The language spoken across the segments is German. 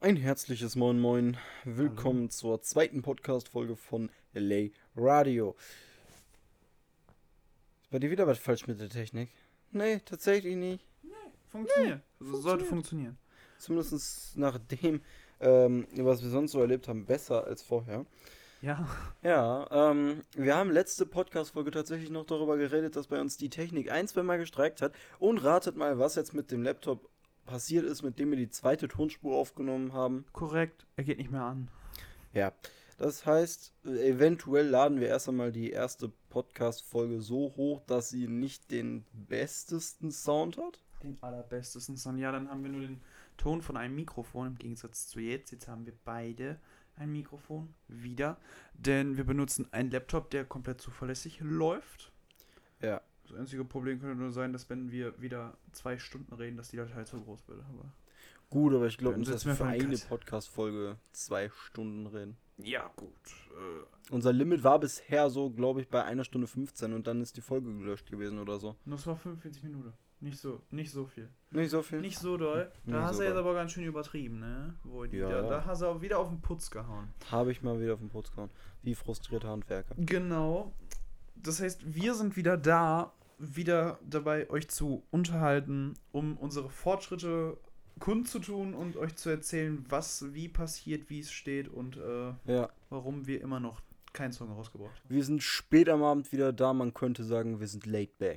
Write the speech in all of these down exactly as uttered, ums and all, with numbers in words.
Ein herzliches Moin Moin. Willkommen Hallo. zur zweiten Podcast-Folge von L A Radio. Ist bei dir wieder was falsch mit der Technik? Nee, tatsächlich nicht. Funktioniert. Nee, Also sollte funktionieren. Zumindest nach dem, ähm, was wir sonst so erlebt haben, besser als vorher. Ja. Ja, ähm, wir haben letzte Podcast-Folge tatsächlich noch darüber geredet, dass bei uns die Technik ein, zwei Mal gestreikt hat. Und ratet mal, was jetzt mit dem Laptop passiert ist, mit dem wir die zweite Tonspur aufgenommen haben. Korrekt. Er geht nicht mehr an. Ja, das heißt, eventuell laden wir erst einmal die erste Podcast-Folge so hoch, dass sie nicht den bestesten Sound hat. Den allerbestesten Sound. Ja, dann haben wir nur den Ton von einem Mikrofon im Gegensatz zu jetzt. Jetzt haben wir beide ein Mikrofon wieder. Denn wir benutzen einen Laptop, der komplett zuverlässig läuft. Ja. Das einzige Problem könnte nur sein, dass wenn wir wieder zwei Stunden reden, dass die Datei zu groß wird. Aber Gut, aber ich glaube Dann nicht, dass setzen wir wir für einfach einen eine Cut. Podcast-Folge zwei Stunden reden. ja, gut. Äh, Unser Limit war bisher so, glaube ich, bei einer Stunde fünfzehn und dann ist die Folge gelöscht gewesen oder so. das war fünfundvierzig Minuten. Nicht so, nicht so viel. Nicht so viel? Nicht so doll. Da Nicht hast so du jetzt doll. aber ganz schön übertrieben, ne? Wo die Ja. da, da hast du auch wieder auf den Putz gehauen. Habe ich mal wieder auf den Putz gehauen. Wie frustrierte Handwerker. Genau. Das heißt, wir sind wieder da, wieder dabei, euch zu unterhalten, um unsere Fortschritte kundzutun und euch zu erzählen, was wie passiert, wie es steht und äh, Ja, warum wir immer noch keinen Song rausgebracht haben. wir sind spät am Abend wieder da. Man könnte sagen, wir sind laid back.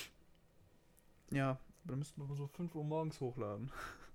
Ja, dann müssten wir mal so fünf Uhr morgens hochladen.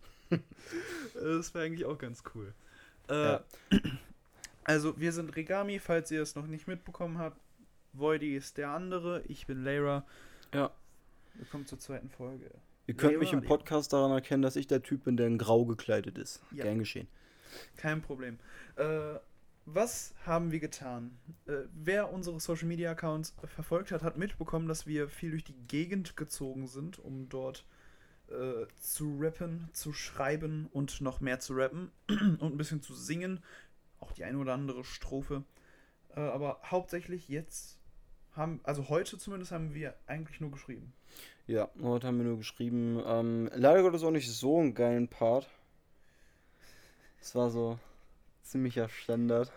Das wäre eigentlich auch ganz cool. Äh, Ja. Also, wir sind Regami, falls ihr es noch nicht mitbekommen habt. Voidy ist der andere, ich bin Layra. Ja. Willkommen zur zweiten Folge. Ihr könnt Layra mich im Radio. Podcast daran erkennen, dass ich der Typ bin, der in Grau gekleidet ist. Ja. Gern geschehen. Kein Problem. Äh, was haben wir getan? Äh, wer unsere Social Media Accounts verfolgt hat, hat mitbekommen, dass wir viel durch die Gegend gezogen sind, um dort äh, zu rappen, zu schreiben und noch mehr zu rappen und ein bisschen zu singen. Auch die eine oder andere Strophe. Äh, aber hauptsächlich jetzt haben, also heute zumindest haben wir eigentlich nur geschrieben. Ja, heute haben wir nur geschrieben. Ähm, leider Gottes auch nicht so einen geilen Part. Es war so ziemlicher Standard.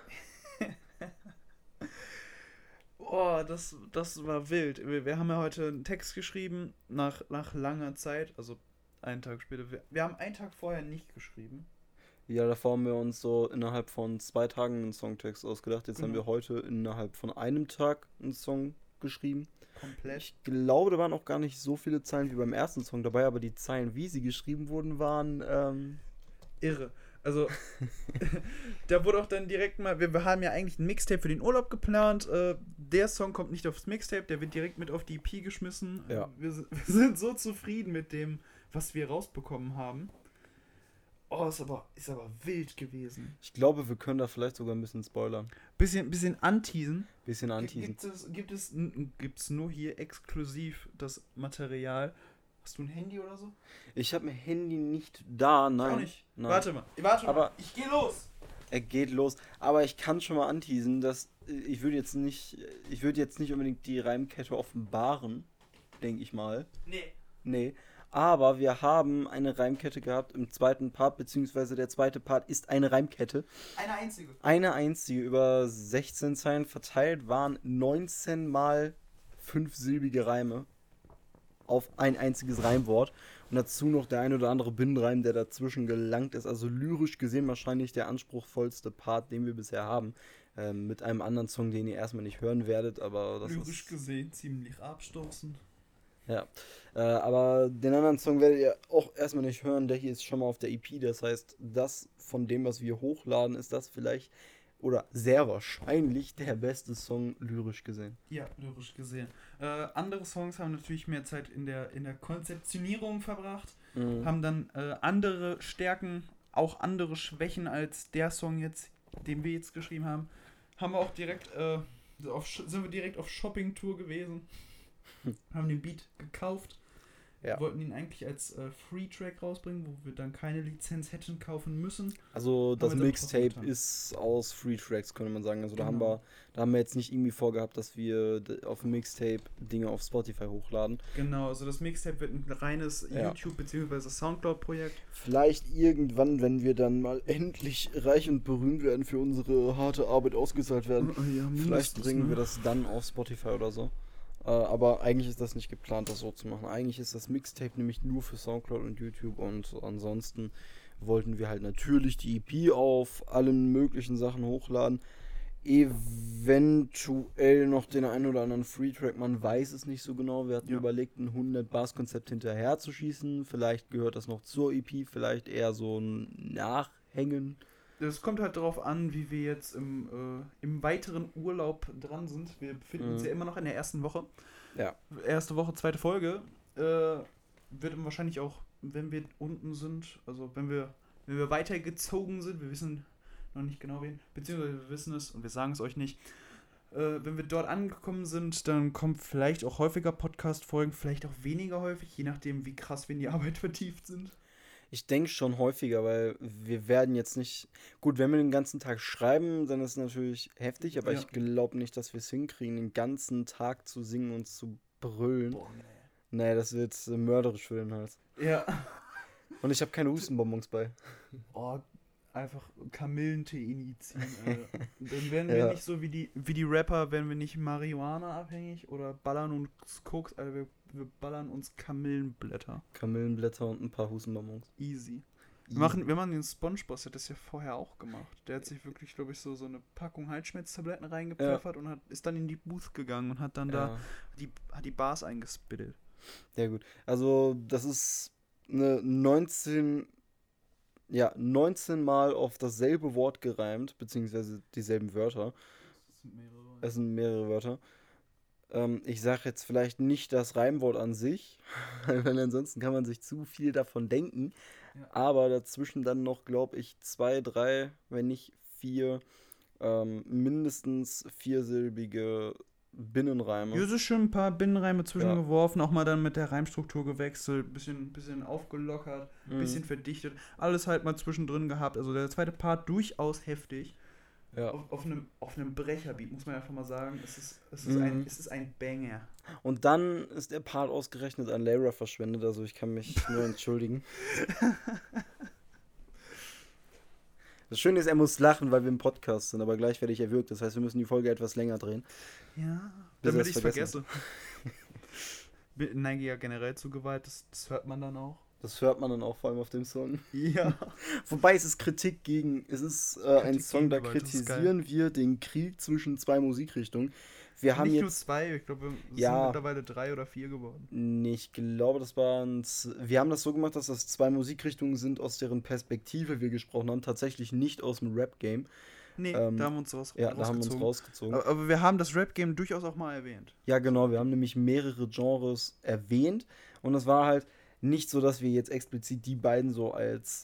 Oh, das, das war wild. Wir, wir haben ja heute einen Text geschrieben, nach, nach langer Zeit, also einen Tag später. Wir, wir haben einen Tag vorher nicht geschrieben. Ja, davor haben wir uns so innerhalb von zwei Tagen einen Songtext ausgedacht. Jetzt haben Genau. wir heute innerhalb von einem Tag einen Song geschrieben. Komplett. Ich glaube, da waren auch gar nicht so viele Zeilen wie beim ersten Song dabei, aber die Zeilen, wie sie geschrieben wurden, waren ähm, Irre. Also, da wurde auch dann direkt mal, wir, wir haben ja eigentlich ein Mixtape für den Urlaub geplant. Äh, der Song kommt nicht aufs Mixtape, der wird direkt mit auf die E P geschmissen. Ja. Äh, wir, sind- wir sind so zufrieden mit dem, was wir rausbekommen haben. Oh, ist aber, ist aber wild gewesen. Ich glaube, wir können da vielleicht sogar ein bisschen spoilern. Bisschen, bisschen anteasen. Bisschen anteasen. Gibt es, gibt es n- gibt's nur hier exklusiv das Material? Hast du ein Handy oder so? Ich habe mein Handy nicht da, nein. Auch nicht. Nein. Warte mal, warte Aber- mal. Ich geh los. Er geht los. Aber ich kann schon mal anteasen, dass äh, ich würde jetzt nicht, ich würde jetzt nicht unbedingt die Reimkette offenbaren, denke ich mal. Nee. Nee. Aber wir haben eine Reimkette gehabt im zweiten Part, beziehungsweise der zweite Part ist eine Reimkette. Eine einzige. Eine einzige, über sechzehn Zeilen verteilt, waren neunzehn mal fünfsilbige Reime auf ein einziges Reimwort. Und dazu noch der ein oder andere Binnenreim, der dazwischen gelangt ist. Also lyrisch gesehen wahrscheinlich der anspruchsvollste Part, den wir bisher haben. Ähm, mit einem anderen Song, den ihr erstmal nicht hören werdet, aber das Lyrisch ist... gesehen ziemlich abstoßend. Ja, äh, aber den anderen Song werdet ihr auch erstmal nicht hören. Der hier ist schon mal auf der E P. Das heißt, das von dem, was wir hochladen, ist das vielleicht oder sehr wahrscheinlich der beste Song lyrisch gesehen. Ja, lyrisch gesehen. Äh, andere Songs haben natürlich mehr Zeit in der, in der Konzeptionierung verbracht, Mhm. haben dann äh, andere Stärken, auch andere Schwächen als der Song jetzt, den wir jetzt geschrieben haben. Haben wir auch direkt, äh, auf, Sch- sind wir direkt auf Shopping-Tour gewesen, haben den Beat gekauft, Ja. Wir wollten ihn eigentlich als äh, Free-Track rausbringen, wo wir dann keine Lizenz hätten kaufen müssen. Also das wir dann trotzdem Mixtape getan. ist aus Free Tracks, könnte man sagen. Also da haben Genau. wir, da haben wir jetzt nicht irgendwie vorgehabt, dass wir d- auf dem Mixtape Dinge auf Spotify hochladen. Genau, also das Mixtape wird ein reines Ja. YouTube- bzw. Soundcloud-Projekt. Vielleicht irgendwann, wenn wir dann mal endlich reich und berühmt werden, für unsere harte Arbeit ausgezahlt werden. Ja, Vielleicht bringen wir das dann auf Spotify oder so. Äh, aber eigentlich ist das nicht geplant, das so zu machen. Eigentlich ist das Mixtape nämlich nur für Soundcloud und YouTube und ansonsten wollten wir halt natürlich die E P auf allen möglichen Sachen hochladen. Eventuell noch den einen oder anderen Free-Track, man weiß es nicht so genau. Wir hatten Ja. überlegt, ein hundert-Bars-Konzept hinterher zu schießen. Vielleicht gehört das noch zur E P, vielleicht eher so ein Nachhängen. Es kommt halt darauf an, wie wir jetzt im, äh, im weiteren Urlaub dran sind. Wir befinden uns Mhm. ja immer noch in der ersten Woche. Ja. Erste Woche, zweite Folge. Äh, wird dann wahrscheinlich auch, wenn wir unten sind, also wenn wir, wenn wir weitergezogen sind, wir wissen noch nicht genau wen, beziehungsweise wir wissen es und wir sagen es euch nicht. Äh, wenn wir dort angekommen sind, dann kommen vielleicht auch häufiger Podcast-Folgen, vielleicht auch weniger häufig, je nachdem, wie krass wir in die Arbeit vertieft sind. Ich denke schon häufiger, weil wir werden jetzt nicht. Gut, wenn wir den ganzen Tag schreiben, dann ist es natürlich heftig, aber Ja. ich glaube nicht, dass wir es hinkriegen, den ganzen Tag zu singen und zu brüllen. Boah, nee. Nee, das wird äh, mörderisch für den Hals. Ja. Und ich habe keine Hustenbonbons bei. Oh, einfach Kamillentee injizieren, Alter. Dann werden wir Ja. nicht so wie die, wie die Rapper, werden wir nicht Marihuana abhängig oder ballern uns Koks, Alter, wir, wir ballern uns Kamillenblätter. Kamillenblätter und ein paar Hustenbonbons. Easy. Wir machen, wir machen den Spongeboss, der hat das ja vorher auch gemacht. Der hat sich wirklich, glaube ich, so, so eine Packung Halsschmerztabletten reingepfeffert und hat, ist dann in die Booth gegangen und hat dann da Ja. die, hat die Bars eingespittet. Ja, gut. Also, das ist eine neunzehn. Ja, neunzehn Mal auf dasselbe Wort gereimt, beziehungsweise dieselben Wörter. Das sind mehrere. Es sind mehrere Wörter. Ähm, ich sage jetzt vielleicht nicht das Reimwort an sich, weil ansonsten kann man sich zu viel davon denken. Ja. Aber dazwischen dann noch, glaube ich, zwei, drei, wenn nicht vier, ähm, mindestens viersilbige Binnenreime. Hier ist schon ein paar Binnenreime Ja. zwischengeworfen, auch mal dann mit der Reimstruktur gewechselt, bisschen, bisschen aufgelockert, Mhm. bisschen verdichtet, alles halt mal zwischendrin gehabt. Also der zweite Part durchaus heftig. Ja. Auf, auf, einem, auf einem Brecherbeat, muss man einfach mal sagen. Es ist, es ist, Mhm. ein, es ist ein Banger. Und dann ist der Part ausgerechnet an Lara verschwendet, also ich kann mich nur entschuldigen. Das Schöne ist, er muss lachen, weil wir im Podcast sind, aber gleich werde ich erwürgt. Das heißt, wir müssen die Folge etwas länger drehen. Ja, Bis damit er ich es es vergessen vergesse. Ich neige ja generell zu Gewalt, das, das hört man dann auch. Das hört man dann auch vor allem auf dem Song. Ja. Wobei es ist Kritik gegen, es ist äh, ein Kritik Song, gegen da Gewalt, das ist kritisieren wir den Krieg zwischen zwei Musikrichtungen. Wir haben Nicht nur jetzt, zwei, ich glaube, es Ja. sind mittlerweile drei oder vier geworden. nee, ich glaube, das waren, z- wir haben das so gemacht, dass das zwei Musikrichtungen sind, aus deren Perspektive wir gesprochen haben, tatsächlich nicht aus dem Rap-Game. Nee, Ähm, da haben wir uns raus, Ja, da haben wir uns rausgezogen. rausgezogen. Aber, aber wir haben das Rap-Game durchaus auch mal erwähnt. Ja, genau, wir haben nämlich mehrere Genres erwähnt und es war halt nicht so, dass wir jetzt explizit die beiden so als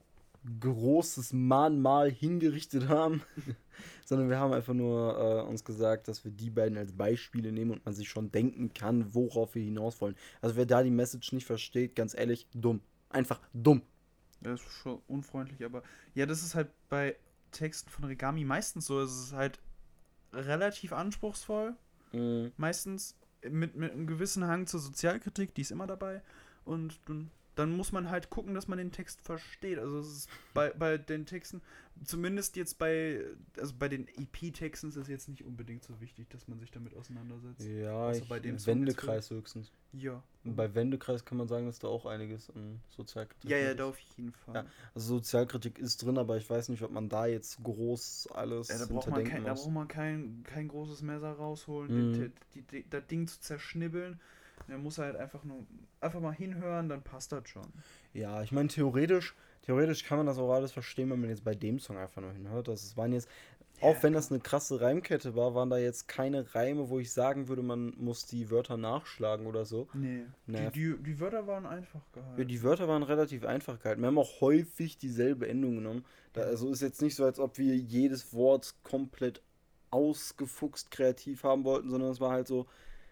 großes Mahnmal hingerichtet haben, sondern wir haben einfach nur äh, uns gesagt, dass wir die beiden als Beispiele nehmen und man sich schon denken kann, worauf wir hinaus wollen. Also wer da die Message nicht versteht, ganz ehrlich, dumm. Einfach dumm. Das ist schon unfreundlich, aber ja, das ist halt bei Texten von Origami meistens so. Es ist halt relativ anspruchsvoll, Mhm. meistens mit, mit einem gewissen Hang zur Sozialkritik, die ist immer dabei. Und dann, dann muss man halt gucken, dass man den Text versteht. Also es ist bei, bei den Texten, zumindest jetzt bei, also bei den E P-Texten ist es jetzt nicht unbedingt so wichtig, dass man sich damit auseinandersetzt. Ja, Außer ich, bei dem Song Wendekreis höchstens. Ja. Und bei Wendekreis kann man sagen, dass da auch einiges an Sozialkritik Ja, ja, ist. da auf jeden Fall. Ja. Also Sozialkritik ist drin, aber ich weiß nicht, ob man da jetzt groß alles Ja, da braucht man, hinterdenken kein, da muss. braucht man kein, kein großes Messer rausholen, Mhm. den, die, die, das Ding zu zerschnibbeln. Der muss halt einfach nur einfach mal hinhören, dann passt das schon. Ja, ich meine, theoretisch, theoretisch kann man das auch alles verstehen, wenn man jetzt bei dem Song einfach nur hinhört. Das es waren jetzt, Ja, auch wenn das eine krasse Reimkette war, waren da jetzt keine Reime, wo ich sagen würde, man muss die Wörter nachschlagen oder so. Nee. Nee. Die, die, die Wörter waren einfach gehalten. Ja, die Wörter waren relativ einfach gehalten. Wir haben auch häufig dieselbe Endung genommen. Da, Ja. also ist jetzt nicht so, als ob wir jedes Wort komplett ausgefuchst kreativ haben wollten, sondern es war halt so,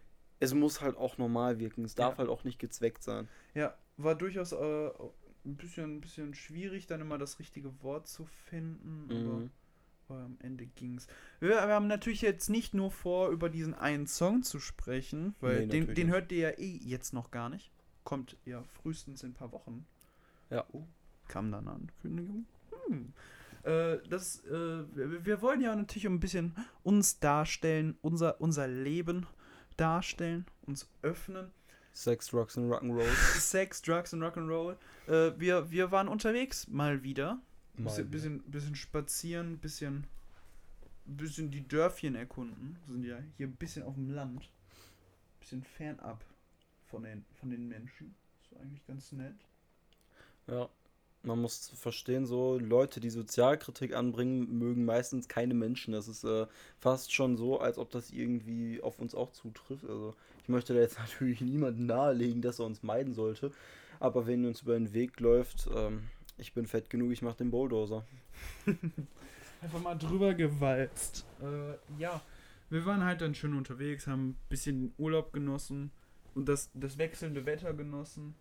es muss halt auch normal wirken. Es darf Ja. halt auch nicht gezweckt sein. Ja, war durchaus äh, ein bisschen, ein bisschen schwierig, dann immer das richtige Wort zu finden, aber, Mhm. aber am Ende ging's. Wir, wir haben natürlich jetzt nicht nur vor, über diesen einen Song zu sprechen, weil Nee, den, natürlich den nicht. hört ihr ja eh jetzt noch gar nicht. Kommt ja frühestens in ein paar Wochen. Ja. Oh, kam dann eine Ankündigung. Hm. Äh, das, äh, wir, wir wollen ja natürlich ein bisschen uns darstellen, unser, unser Leben darstellen, uns öffnen. Sex, Drugs und Rock'n'Roll. Sex, Drugs und Rock'n'Roll. Äh, wir, wir waren unterwegs mal wieder. Mal Bisschen, wieder. bisschen, bisschen spazieren, bisschen, bisschen die Dörfchen erkunden. Wir sind ja hier ein bisschen auf dem Land. Bisschen fernab von den, von den Menschen. Ist eigentlich ganz nett. Ja. Man muss verstehen, so Leute, die Sozialkritik anbringen, mögen meistens keine Menschen. Das ist äh, fast schon so, als ob das irgendwie auf uns auch zutrifft. Also ich möchte da jetzt natürlich niemandem nahelegen, dass er uns meiden sollte. Aber wenn uns über den Weg läuft, ähm, ich bin fett genug, ich mach den Bulldozer. Einfach mal drüber gewalzt. Äh, ja, wir waren halt dann schön unterwegs, haben ein bisschen Urlaub genossen und das, das wechselnde Wetter genossen.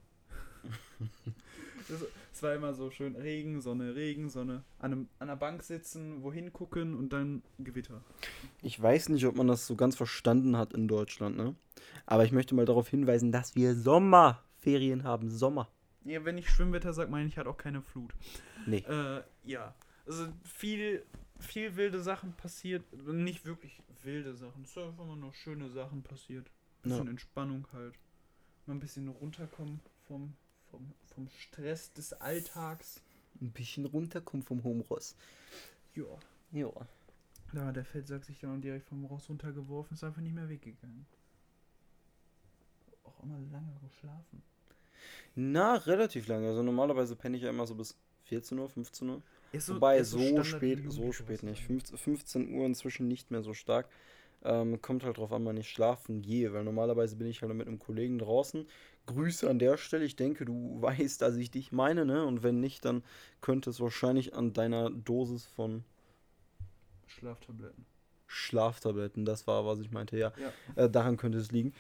das, es war immer so schön Regen, Sonne, Regen, Sonne. An, einem, an einer Bank sitzen, wohin gucken und dann Gewitter. Ich weiß nicht, ob man das so ganz verstanden hat in Deutschland, ne? Aber ich möchte mal darauf hinweisen, dass wir Sommerferien haben. Sommer. Ja, wenn ich Schwimmwetter sage, meine ich halt auch keine Flut. Nee. Äh, ja. Also viel, viel wilde Sachen passiert. Nicht wirklich wilde Sachen. Es sind einfach mal nur schöne Sachen passiert. Ein bisschen Ja. Entspannung halt. Mal ein bisschen runterkommen vom, vom, vom Stress des Alltags. Ein bisschen runterkommen vom Homeross. Ja. Ja. Da hat der Feldsack sich dann direkt vom Ross runtergeworfen, ist einfach nicht mehr weggegangen. Auch immer lange geschlafen. Na, relativ lange. Also normalerweise penne ich ja immer so bis vierzehn Uhr, fünfzehn Uhr. Ist Wobei ist so, Standard spät, wie so Jugendliche, spät was nicht. sagen. fünfzehn, fünfzehn Uhr inzwischen nicht mehr so stark. Ähm, kommt halt drauf an, wann ich schlafen gehe, weil normalerweise bin ich halt mit einem Kollegen draußen. Grüße an der Stelle. Ich denke, du weißt, dass ich dich meine, ne? Und wenn nicht, dann könnte es wahrscheinlich an deiner Dosis von Schlaftabletten. Schlaftabletten, das war, was ich meinte, ja. Ja. Äh, daran könnte es liegen.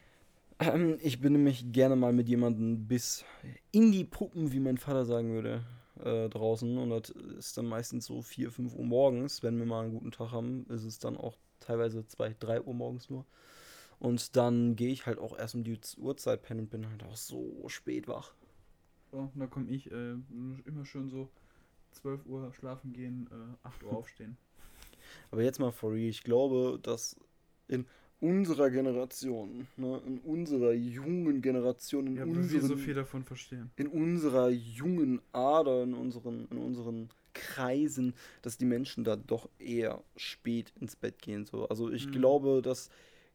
Ähm, ich bin nämlich gerne mal mit jemandem bis in die Puppen, wie mein Vater sagen würde, äh, draußen. Und das ist dann meistens so vier, fünf Uhr morgens. Wenn wir mal einen guten Tag haben, ist es dann auch teilweise zwei, drei Uhr morgens nur. Und dann gehe ich halt auch erst um die Uhrzeit pennen und bin halt auch so spät wach. So, da komme ich äh, immer schön so zwölf Uhr schlafen gehen, äh, acht Uhr aufstehen. Aber jetzt mal for real, ich glaube, dass in unserer Generation, ne, in unserer jungen Generation, in Ja, aber wir unseren, so viel davon verstehen. in unserer jungen Ader, in unseren, in unseren Kreisen, dass die Menschen da doch eher spät ins Bett gehen. So. Also ich Mhm. glaube, dass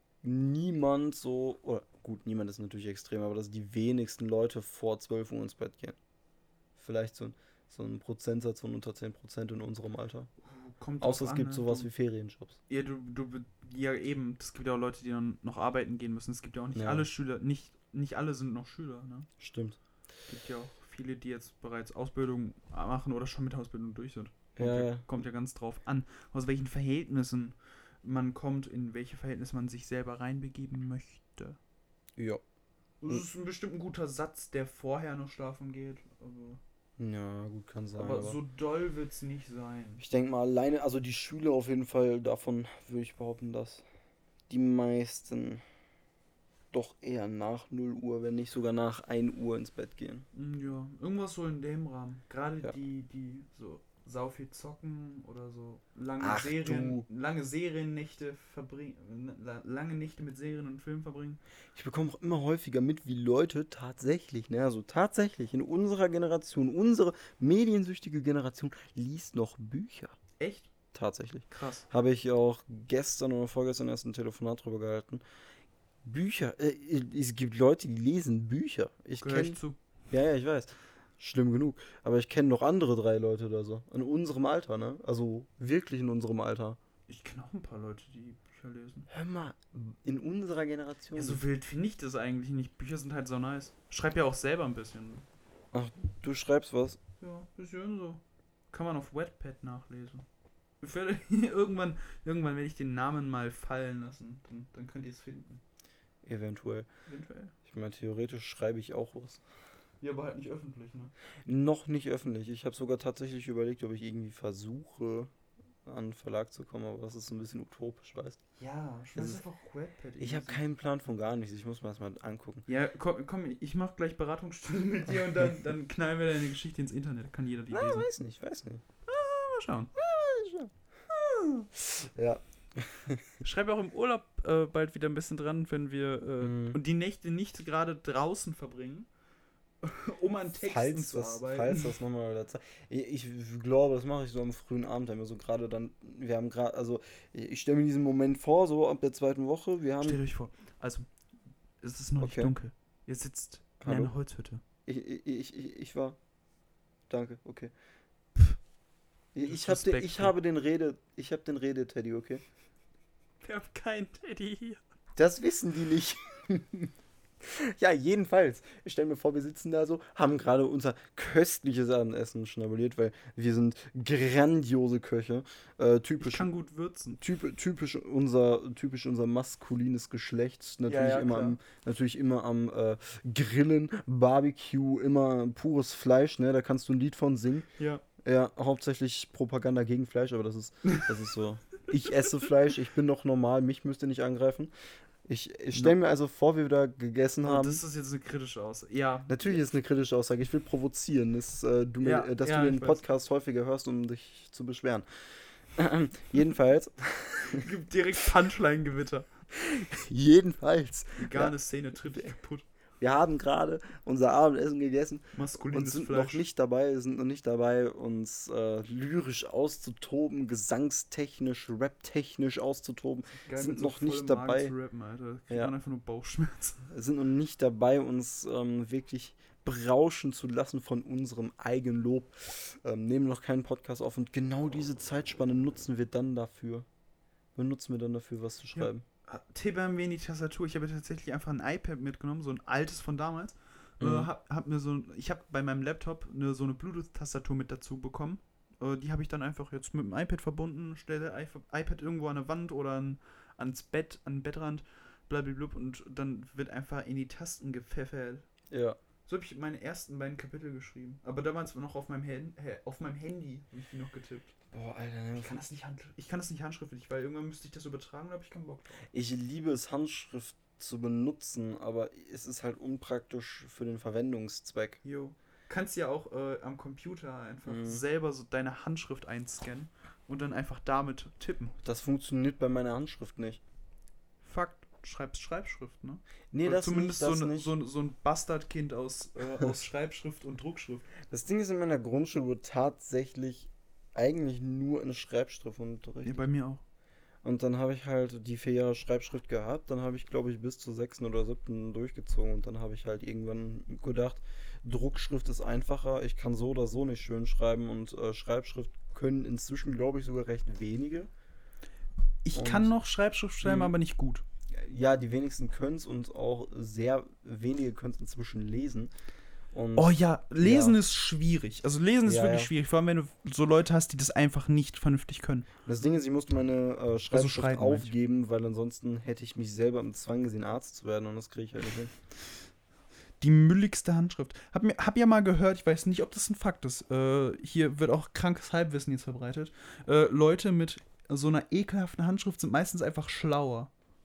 niemand so, oder gut, niemand ist natürlich extrem, aber dass die wenigsten Leute vor zwölf Uhr ins Bett gehen. Vielleicht so ein, so ein Prozentsatz von unter zehn Prozent in unserem Alter. Kommt Außer drauf es an, gibt ne? sowas Du- wie Ferienjobs. Ja, du, du, be- ja eben, es gibt ja auch Leute, die dann noch arbeiten gehen müssen. Es gibt ja auch nicht Ja. alle Schüler, nicht, nicht alle sind noch Schüler, ne? Stimmt. Es gibt ja auch viele, die jetzt bereits Ausbildung machen oder schon mit Ausbildung durch sind. Kommt Ja, ja, ja. kommt ja ganz drauf an, aus welchen Verhältnissen man kommt, in welche Verhältnisse man sich selber reinbegeben möchte. Ja. Das ist ein bestimmt ein guter Satz, der vorher noch schlafen geht, aber, Ja, gut, kann sein. aber Aber so doll wird es nicht sein. ich denke mal, alleine, also die Schüler auf jeden Fall, davon würde ich behaupten, dass die meisten doch eher nach null Uhr, wenn nicht sogar nach ein Uhr ins Bett gehen. Mm, Ja, irgendwas so in dem Rahmen. Gerade Ja. die, die so sau viel zocken oder so lange Ach, Serien, lange Seriennächte verbringen, lange Nächte mit Serien und Filmen verbringen. Ich bekomme auch immer häufiger mit, wie Leute tatsächlich, ne, also tatsächlich in unserer Generation, unsere mediensüchtige Generation, liest noch Bücher. Echt? Tatsächlich. Krass. Habe ich auch gestern oder vorgestern erst ein Telefonat drüber gehalten. Bücher, äh, es gibt Leute, die lesen Bücher. Ich Gehör ich kenne, zu. ja, ja, ich weiß. Schlimm genug. Aber ich kenne noch andere drei Leute oder so. In unserem Alter, ne? Also wirklich in unserem Alter. Ich kenne auch ein paar Leute, die Bücher lesen. Hör mal, in unserer Generation. Ja, so wild finde ich das eigentlich nicht. Bücher sind halt so nice. Schreib ja auch selber ein bisschen. Du schreibst was. Ja, ein bisschen so. Kann man auf Wattpad nachlesen. Ich werde, irgendwann, irgendwann werde ich den Namen mal fallen lassen. Dann, dann könnt ihr es finden. Eventuell. Eventuell. Ich meine, theoretisch schreibe ich auch was. Ja, aber halt nicht öffentlich, ne? Noch nicht öffentlich. Ich habe sogar tatsächlich überlegt, ob ich irgendwie versuche, an einen Verlag zu kommen, aber das ist ein bisschen utopisch, weißt du? Ja, schmeiß einfach Wattpad. Ich habe keinen Plan von gar nichts. Ich muss mir das mal angucken. Ja, komm, komm ich mach gleich Beratungsstunde mit dir und dann, dann knallen wir deine Geschichte ins Internet. Kann jeder die Na, lesen. weiß nicht, weiß nicht. Mal schauen. Ja. Schreib auch im Urlaub äh, bald wieder ein bisschen dran, wenn wir äh, Mhm. und die Nächte nicht gerade draußen verbringen, um an Texten Falls zu das, arbeiten. falls das nochmal dazu. Ich, ich glaube, das mache ich so am frühen Abend, wenn wir so gerade dann. Wir haben gerade, also ich stelle mir diesen Moment vor, so ab der zweiten Woche. Wir haben. Stellt euch vor, also es ist noch Okay. nicht dunkel. Ihr sitzt in Hallo? einer Holzhütte. Ich, ich, ich, ich, ich war. Danke, okay. Ich, ist ich, hab den, ich respektvoll. habe den Rede. Ich habe den Rede-Teddy, okay? Wir haben keinen Teddy hier. Das wissen die nicht. Ja, jedenfalls. Ich stelle mir vor, wir sitzen da so, haben gerade unser köstliches Abendessen schnabuliert, weil wir sind grandiose Köche. Äh, Ich typisch, kann gut würzen. typ, typisch, unser, typisch unser maskulines Geschlecht. Natürlich ja, immer klar. am, natürlich immer am äh, Grillen, Barbecue, immer pures Fleisch, ne? Da kannst du ein Lied von singen. Ja. Ja, hauptsächlich Propaganda gegen Fleisch, aber das ist, das ist so. Ich esse Fleisch, ich bin doch normal, mich müsst ihr nicht angreifen. Ich, ich stelle mir also vor, wie wir da gegessen Oh, haben. das ist jetzt eine kritische Aussage. Ja. Natürlich ist es eine kritische Aussage. Ich will provozieren, dass, äh, du, mir, Ja, äh, dass ja, du den ich weiß. Podcast häufiger hörst, um dich zu beschweren. Jedenfalls, Gibt direkt Punchline-Gewitter. jedenfalls, Vegane Szene trifft dich kaputt. wir haben gerade unser Abendessen gegessen und Maskulines sind Fleisch. noch nicht dabei, sind noch nicht dabei, uns äh, lyrisch auszutoben, gesangstechnisch, raptechnisch auszutoben. Geil, sind mit so noch nicht vollem Magen dabei. Zu rappen, Alter. Kriegt Ja. man einfach nur Bauchschmerzen. Sind noch nicht dabei, uns ähm, wirklich berauschen zu lassen von unserem Eigenlob. Ähm, nehmen noch keinen Podcast auf und genau diese Zeitspanne nutzen wir dann dafür. Benutzen wir dann dafür, was zu schreiben. Tippen wir in die Tastatur. Ich habe tatsächlich einfach ein iPad mitgenommen, so ein altes von damals. Mhm. Äh, hab, hab mir so, ich habe bei meinem Laptop eine, so eine Bluetooth-Tastatur mit dazu bekommen. Äh, die habe ich dann einfach jetzt mit dem iPad verbunden, stelle i- iPad irgendwo an der Wand oder an, ans Bett, an den Bettrand, blablabla, und dann wird einfach in die Tasten gepfeffert. Ja. So habe ich meine ersten beiden Kapitel geschrieben. Aber damals noch auf meinem, Hand, äh, auf meinem Handy habe ich die noch getippt. Boah, Alter, ne, Ich kann, das nicht hand, ich kann das nicht handschriftlich, weil irgendwann müsste ich das übertragen, da habe ich keinen Bock drauf. ich liebe es, Handschrift zu benutzen, aber es ist halt unpraktisch für den Verwendungszweck. Jo. Kannst ja auch äh, am Computer einfach Mhm. selber so deine Handschrift einscannen und dann einfach damit tippen. Das funktioniert bei meiner Handschrift nicht. Fakt, schreibst Schreibschrift, ne? Nee, Oder das zumindest nicht, das so, ne, nicht. so, ein- so ein Bastardkind aus, äh, aus Schreibschrift und Druckschrift. Das Ding ist, in meiner Grundschule wurde tatsächlich eigentlich nur in Schreibschrift Nee, unterrichtet. bei mir auch. Und dann habe ich halt die vier Jahre Schreibschrift gehabt. Dann habe ich, glaube ich, bis zur sechsten oder siebten durchgezogen. Und dann habe ich halt irgendwann gedacht, Druckschrift ist einfacher. Ich kann so oder so nicht schön schreiben. Und äh, Schreibschrift können inzwischen, glaube ich, sogar recht wenige. Ich Und- kann noch Schreibschrift schreiben, Mhm. aber nicht gut. Ja, die wenigsten können es und auch sehr wenige können es inzwischen lesen. Und Oh ja, lesen Ja. ist schwierig. Also lesen ist Ja, wirklich ja. schwierig, vor allem wenn du so Leute hast, die das einfach nicht vernünftig können. das Ding ist, ich musste meine äh, Schreibschrift schreiben, meine ich. aufgeben, weil ansonsten hätte ich mich selber im Zwang gesehen, Arzt zu werden. Und das kriege ich halt nicht hin. Die mülligste Handschrift. Hab, mir, hab ja mal gehört, ich weiß nicht, ob das ein Fakt ist. Äh, hier wird auch krankes Halbwissen jetzt verbreitet. Äh, Leute mit so einer ekelhaften Handschrift sind meistens einfach schlauer.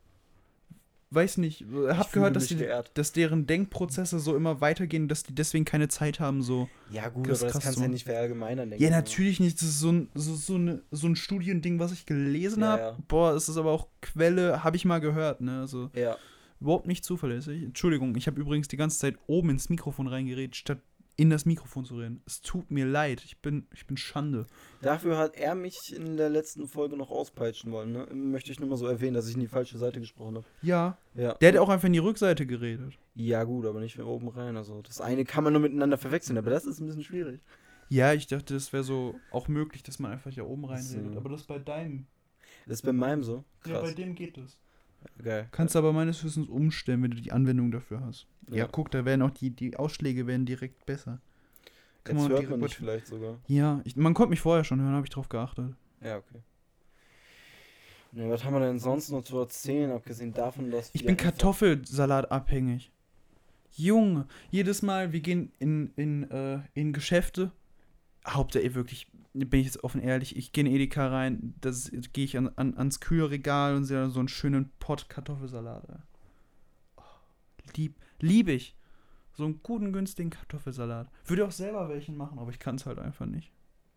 Weiß nicht, äh, hab Ich fühle gehört, dass, mich die, geehrt. dass deren Denkprozesse so immer weitergehen, dass die deswegen keine Zeit haben, so. Ja, gut, Das aber das kannst kannst du- du ja nicht verallgemeinern, denke Ja, ich mal. natürlich nicht. Das ist so ein, so, so, eine, so ein Studiending, was ich gelesen Ja, habe. ja. Boah, es ist aber auch Quelle, habe ich mal gehört, ne? Also Ja, überhaupt nicht zuverlässig. Entschuldigung, ich habe übrigens die ganze Zeit oben ins Mikrofon reingeredet, statt in das Mikrofon zu reden. Es tut mir leid, ich bin, ich bin Schande. dafür hat er mich in der letzten Folge noch auspeitschen wollen. Ne? Möchte ich nur mal so erwähnen, dass ich in die falsche Seite gesprochen habe. Ja, Ja. der hat auch einfach in die Rückseite geredet. Ja, gut, aber nicht von oben rein. Also, das eine kann man nur miteinander verwechseln, aber das ist ein bisschen schwierig. Ja, ich dachte, das wäre so auch möglich, dass man einfach hier oben So. reinredet. Aber das ist bei deinem. Das ist bei meinem so. Ja, bei Krass. dem geht das. Geil. Kannst aber meines Wissens umstellen, wenn du die Anwendung dafür hast. Ja, Ja. guck, da werden auch die, die Ausschläge werden direkt besser. Kann Jetzt man hört die man Report- dich vielleicht sogar. Ja, ich, man konnte mich vorher schon hören, habe ich drauf geachtet. Ja, okay. Ja, was haben wir denn sonst noch zu erzählen, abgesehen davon, dass Ich wir bin einfach- Kartoffelsalat abhängig. Junge, jedes Mal, wir gehen in, in, äh, in Geschäfte, Hauptsache wirklich, bin ich jetzt offen ehrlich, ich gehe in Edeka rein, das gehe ich an, an, ans Kühlregal und sehe da so einen schönen Pott Kartoffelsalat. Oh, lieb, lieb ich. So einen guten, günstigen Kartoffelsalat. Würde auch selber welchen machen, aber ich kann es halt einfach nicht.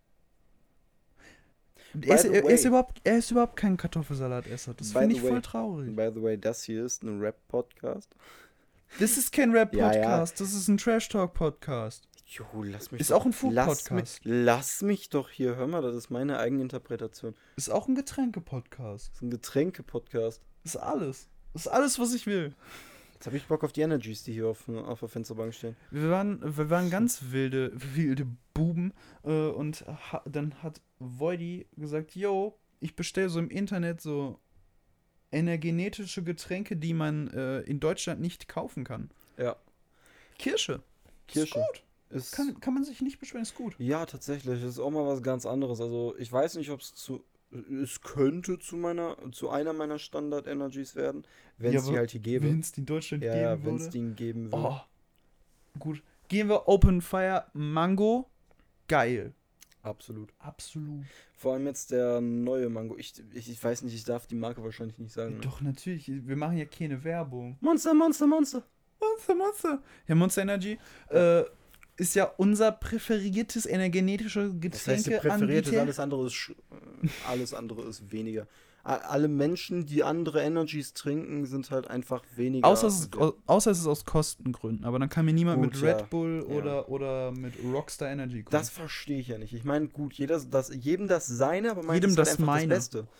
Und Er By ist, the er, way- ist überhaupt, er ist überhaupt kein Kartoffelsalatesser. Das By finde the ich voll way- traurig. By the way, das hier ist ein Rap-Podcast. Das ist kein Rap-Podcast, Ja, das ist ein Trash-Talk-Podcast. Jo, lass mich Ist doch, auch ein lass Food-Podcast. mich, lass mich doch hier, hör mal, das ist meine eigene Interpretation. Ist auch ein Getränke-Podcast. Das ist ein Getränke-Podcast. Das ist alles. Das ist alles, was ich will. Jetzt habe ich Bock auf die Energies, die hier auf, auf der Fensterbank stehen. Wir waren, wir waren ganz wilde, wilde Buben äh, und ha, dann hat Voidy gesagt, yo, ich bestelle so im Internet so energetische Getränke, die man äh, in Deutschland nicht kaufen kann. Ja. Kirsche. Kirsche. Ist gut. Ist, Kann, kann man sich nicht beschweren, ist gut. ja, tatsächlich. Das ist auch mal was ganz anderes. Also, ich weiß nicht, ob es zu. Es könnte zu meiner, zu einer meiner Standard-Energies werden, wenn Ja, es die aber halt hier gäbe. Wenn es die in Deutschland Ja, ja, geben wenn es würde. die geben würde. Oh, gut. Gehen wir Open Fire Mango. Geil. Absolut. Absolut. Vor allem jetzt der neue Mango. Ich, ich, ich weiß nicht, ich darf die Marke wahrscheinlich nicht sagen. Ne? Doch, natürlich. Wir machen ja keine Werbung. Monster, Monster, Monster. Monster, Monster. Ja, Monster Energy äh, ist ja unser präferiertes energetische Das heißt, der Getränke präferiert ist, Anbieter. alles andere ist, sch- äh, alles andere ist weniger. A- Alle Menschen, die andere Energies trinken, sind halt einfach weniger. Außer es, ist, au- außer es ist aus Kostengründen. Aber dann kann mir niemand Gut, mit ja. Red Bull Ja. oder, oder mit Rockstar Energy kommen. Das verstehe ich ja nicht. Ich meine, gut, jeder, das, jedem das seine, aber meins Jedem ist halt das einfach meine. das Beste.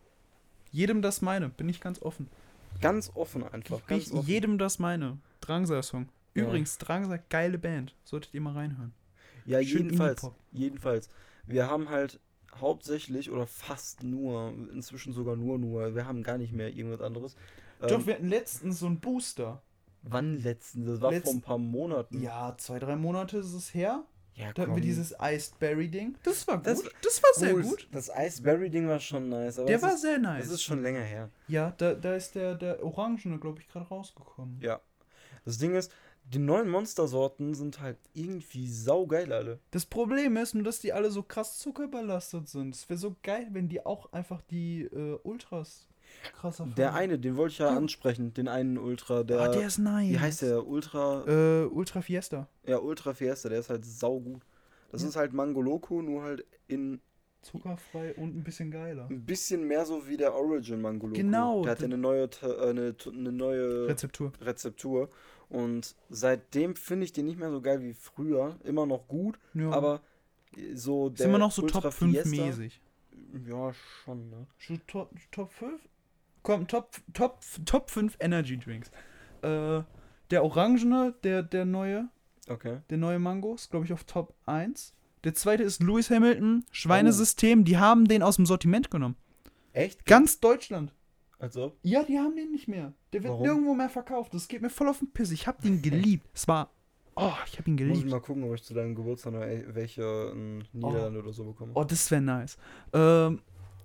Jedem das meine. Bin ich ganz offen. Ganz offen einfach. Bin Ganz ich offen. jedem das meine. Drangsal-Song. Ja. Übrigens, Drangsal, geile Band. Solltet ihr mal reinhören. Ja, schön jedenfalls. Indie-Pop. Jedenfalls. Wir haben halt hauptsächlich oder fast nur, inzwischen sogar nur, nur, wir haben gar nicht mehr irgendwas anderes. Doch, Ähm, wir hatten letztens so einen Booster. wann letztens? Das war Letzt- vor ein paar Monaten. Ja, zwei, drei Monate ist es her. ja Da hatten wir komm. dieses Iced Berry-Ding. Das war gut. Das- Das, war sehr Gut, gut. Das Iceberry-Ding war schon nice. Aber Der das war ist, sehr nice. Das ist schon länger her. Ja, da, da ist der, der Orangene, glaube ich, gerade rausgekommen. Ja. Das Ding ist, die neuen Monstersorten sind halt irgendwie saugeil alle. Das Problem ist nur, dass die alle so krass zuckerbelastet sind. Es wäre so geil, wenn die auch einfach die äh, Ultras krasser Der fanden. eine, den wollte ich ja Guck. ansprechen, den einen Ultra, der, Ah, der ist nice. wie heißt der? Ultra, Äh, Ultra Fiesta. ja, Ultra Fiesta, der ist halt saugut. Das Ja. ist halt Mango Loco, nur halt in Zuckerfrei und ein bisschen geiler. ein bisschen mehr so wie der Origin Mango Loco. Genau, Der hat ja d- eine neue, Te- äh, eine, eine neue Rezeptur. Rezeptur. Und seitdem finde ich den nicht mehr so geil wie früher. Immer noch gut, Ja. aber so ist immer noch so Ultra Top fünf Fiesta- mäßig. Ja, schon, ne? Schon Top, Top fünf? Komm, Top, Top, Top fünf Energy Drinks. Äh, der Orangene, der, der neue, Okay. der neue Mango, ist, glaube ich, auf Top eins. Der zweite ist Lewis Hamilton, Schweinesystem. Die haben den aus dem Sortiment genommen. Echt? Ganz Deutschland. Also? Ja, die haben den nicht mehr. Der wird Warum? nirgendwo mehr verkauft. Das geht mir voll auf den Piss. Ich hab den geliebt. Es war. Oh, ich hab ihn Muss ich geliebt. mal gucken, ob ich zu deinem Geburtstag noch e- welche in Niederlande oder so bekomme. Oh, das wäre nice. Ähm,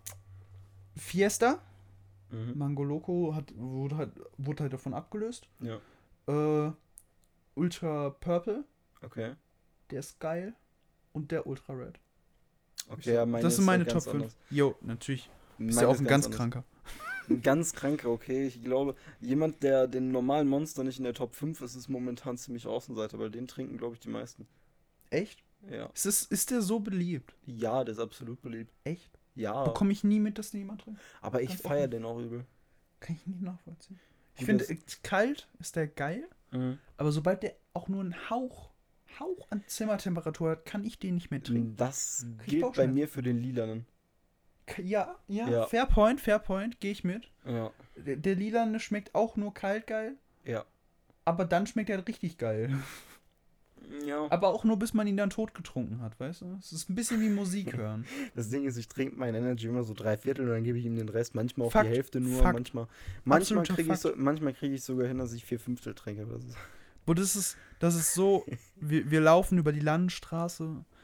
Fiesta. Mhm. Mango Loco hat, wurde, halt, wurde halt davon abgelöst. Ja, Äh, Ultra Purple. okay. Der ist geil. Und der Ultra Red. Okay, ja, meine das ist sind meine ja Top ganz fünf. anders. Jo, natürlich. Meine Ist ja auch ist ein ganz anders. kranker. Ein ganz kranker, okay. Ich glaube, jemand, der den normalen Monster nicht in der Top fünf ist, ist momentan ziemlich Außenseiter, weil den trinken, glaube ich, die meisten. Echt? Ja. Ist, das, ist der so beliebt? Ja, der ist absolut beliebt. Echt? Ja. Bekomme ich nie mit, dass den jemand trinkt? Aber ich ganz feiere offen. den auch übel. Kann ich nicht nachvollziehen. Ich Gut, finde, das- äh, kalt ist der geil, Mhm. aber sobald der auch nur einen Hauch, Hauch an Zimmertemperatur hat, kann ich den nicht mehr trinken. Das Krieg ich gilt bei Bauchschmerzen. mir für den Lilanen. K- Ja, ja, Ja. Fair Point, Fair Point, gehe ich mit. Ja. Der, der Lilane schmeckt auch nur kalt geil, Ja. aber dann schmeckt er halt richtig geil. Ja. Aber auch nur, bis man ihn dann tot getrunken hat, weißt du? Es ist ein bisschen wie Musik hören. Das Ding ist, ich trinke mein Energy immer so drei Viertel und dann gebe ich ihm den Rest. Manchmal auch Fakt, die Hälfte nur. Fakt. Manchmal manchmal Absoluter kriege ich, Fakt. so, manchmal krieg ich sogar hin, dass ich vier Fünftel trinke. Das ist Wo das ist, das ist so, wir, wir laufen über die Landstraße.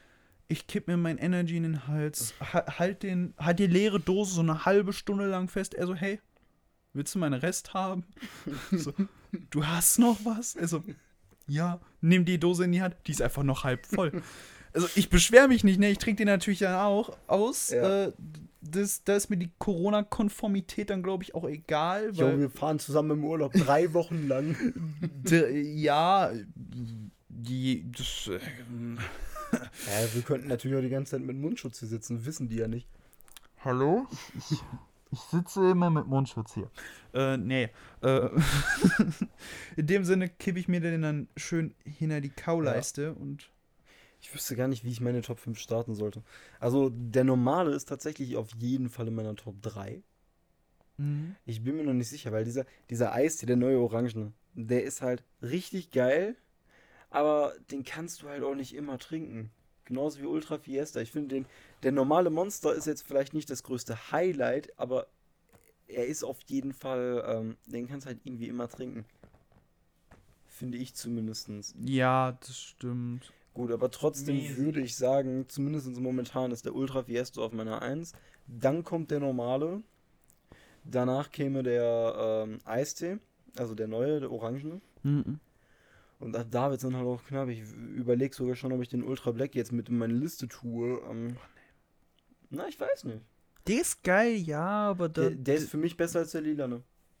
ich kipp mir mein Energy in den Hals, ha- halt, den, halt die leere Dose so eine halbe Stunde lang fest. Er so, hey, willst du meinen Rest haben? So, du hast noch was? Also, ja, nimm die Dose in die Hand, die ist einfach noch halb voll. Also, ich beschwere mich nicht, ne? Ich trinke den natürlich dann auch aus. Ja. Äh, das, da ist mir die Corona-Konformität dann, glaube ich, auch egal. Jo, Weil, wir fahren zusammen im Urlaub drei Wochen lang. d- ja, die, das, äh, Ja, wir könnten natürlich auch die ganze Zeit mit Mundschutz hier sitzen, wissen die ja nicht. hallo? Ich, ich sitze immer mit Mundschutz hier. Äh, nee. Äh, in dem Sinne kippe ich mir den dann schön hinter die Kauleiste und. Ich wüsste gar nicht, wie ich meine Top fünf starten sollte. Also, der normale ist tatsächlich auf jeden Fall in meiner Top drei. Mhm. Ich bin mir noch nicht sicher, weil dieser, dieser Eistee, der neue Orangene, der ist halt richtig geil, aber den kannst du halt auch nicht immer trinken. Genauso wie Ultra Fiesta. Ich finde, den, der normale Monster ist jetzt vielleicht nicht das größte Highlight, aber er ist auf jeden Fall, ähm, den kannst du halt irgendwie immer trinken. Finde ich zumindest. Ja, das stimmt. Gut, aber trotzdem Mäßig. würde ich sagen, zumindest momentan ist der Ultra Fiesta auf meiner eins. Dann kommt der normale. Danach käme der ähm, Eistee, also der neue, der orangene. Mhm. Und ab da wird es dann halt auch knapp. Ich überlege sogar schon, ob ich den Ultra Black jetzt mit in meine Liste tue. Ähm, na, ich weiß nicht. Der ist geil, ja, aber da. Der, der ist für mich besser als der Lilane.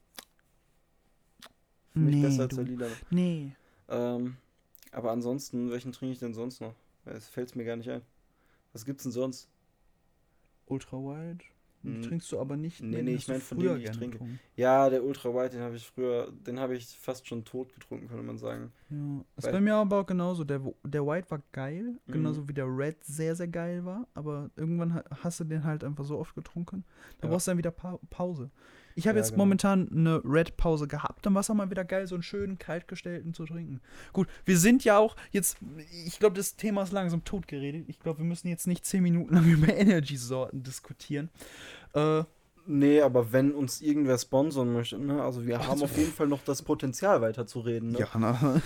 Für mich Nee, besser als du. der Lilane. Nee. Ähm, aber ansonsten, welchen trinke ich denn sonst noch? Es fällt mir gar nicht ein. Was gibt's denn sonst? Ultra Wild? Hm. Trinkst du aber nicht. Nee, mehr, nee, hast ich du mein von früher denen, die ich gerne trinke. getrunken. Ja, der Ultra White, den habe ich früher, den habe ich fast schon tot getrunken, könnte man sagen. Ja, ist Weil- bei mir aber auch genauso. Der, der White war geil, Mhm. genauso wie der Red sehr, sehr geil war. Aber irgendwann ha- hast du den halt einfach so oft getrunken. Da Ja. brauchst du dann wieder pa Pause. Ich habe Ja, jetzt genau. momentan eine Red-Pause gehabt. Dann war es auch mal wieder geil, so einen schönen, kaltgestellten zu trinken. Gut, wir sind ja auch jetzt, ich glaube, das Thema ist langsam tot geredet. Ich glaube, wir müssen jetzt nicht zehn Minuten lang über Energy-Sorten diskutieren. Äh, Nee, aber wenn uns irgendwer sponsern möchte, ne, also wir Ach, haben so. auf jeden Fall noch das Potenzial weiter zu reden, ne? ja, na.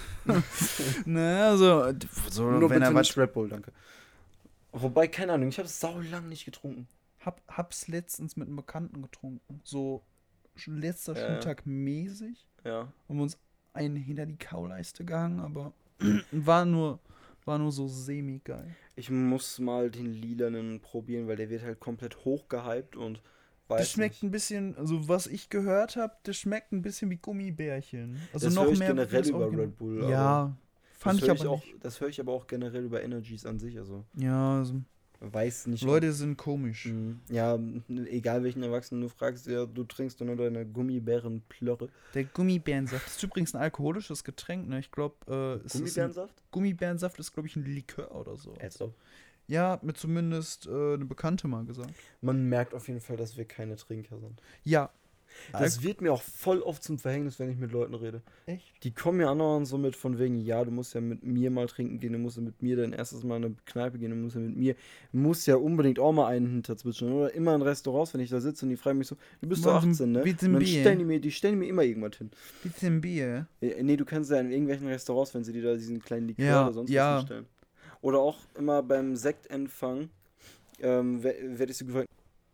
Na, also, so, Nur wenn bitte er was nicht Red Bull, danke. Wobei, keine Ahnung, ich habe es sau lang nicht getrunken. Hab, hab's letztens mit einem Bekannten getrunken. So sch- letzter Ja, ja. Schultag mäßig. Ja. Haben wir uns einen hinter die Kauleiste gehangen, aber war nur, war nur so semi-geil. Ich muss mal den lilanen probieren, weil der wird halt komplett hochgehypt und weiß Das schmeckt nicht. ein bisschen, also was ich gehört habe, das schmeckt ein bisschen wie Gummibärchen. Also Das noch höre ich mehr wie generell das über Original. Red Bull, aber Ja, fand das ich höre aber auch, nicht. das höre ich aber auch generell über Energies an sich, also Ja, also, weiß nicht. Leute sind komisch. Mhm. Ja, n- egal welchen Erwachsenen du fragst, ja, du trinkst nur deine Gummibärenplörre. Der Gummibärensaft ist übrigens ein alkoholisches Getränk, ne? Ich glaube, äh, es ist ein, Gummibärensaft? Gummibärensaft ist, glaube ich, ein Likör oder so. Also. Ja, hat mir zumindest äh, eine Bekannte mal gesagt. Man merkt auf jeden Fall, dass wir keine Trinker sind. Ja. Das wird mir auch voll oft zum Verhängnis, wenn ich mit Leuten rede. Echt? Die kommen ja andauernd so mit von wegen, ja, du musst ja mit mir mal trinken gehen, du musst ja mit mir dein erstes Mal in eine Kneipe gehen, du musst ja mit mir, musst ja unbedingt auch mal einen hinterzwitschen. Oder immer in Restaurants, wenn ich da sitze und die fragen mich so, du bist doch Was ein- achtzehn, ne? wie Und ein dann Bier? stellen die mir, die stellen mir immer irgendwas hin. Bisschen Bier. Äh, Nee, du kannst ja in irgendwelchen Restaurants, wenn sie dir da diesen kleinen Likör Ja, oder sonst ja. was hinstellen. Oder auch immer beim Sektempfang ähm, wer- werde ich so gefragt.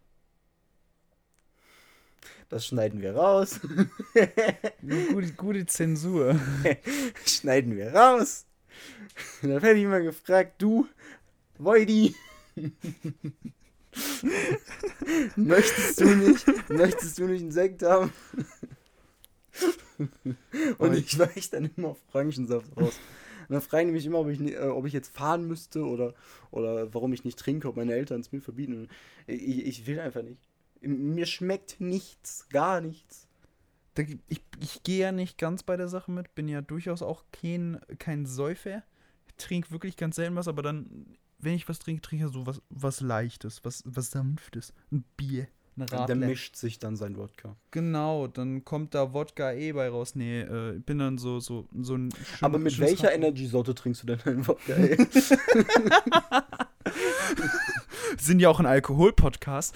Das schneiden wir raus. Nur gute, gute Zensur. Schneiden wir raus. Und dann werde ich immer gefragt, du, Voidi, möchtest du nicht, möchtest du nicht einen Sekt haben? Und ich weiche dann immer auf Orangensaft raus. Und dann fragen die mich immer, ob ich, ni- äh, ob ich jetzt fahren müsste oder, oder warum ich nicht trinke, ob meine Eltern es mir verbieten. Und ich, ich will einfach nicht. Mir schmeckt nichts, gar nichts. Da, ich ich gehe ja nicht ganz bei der Sache mit. Bin ja durchaus auch kein, kein Säufer. Trinke wirklich ganz selten was, aber dann, wenn ich was trinke, trinke ich so was, was Leichtes, was, was Sanftes. Ein Bier, eine Der Radler. mischt sich dann sein Wodka. Genau, dann kommt da Wodka eh bei raus. Nee, äh, ich bin dann so, so, so ein schön, Aber mit schönes welcher Radler. Energy-Sorte trinkst du denn einen Wodka, ey? Sind ja auch ein Alkohol-Podcast.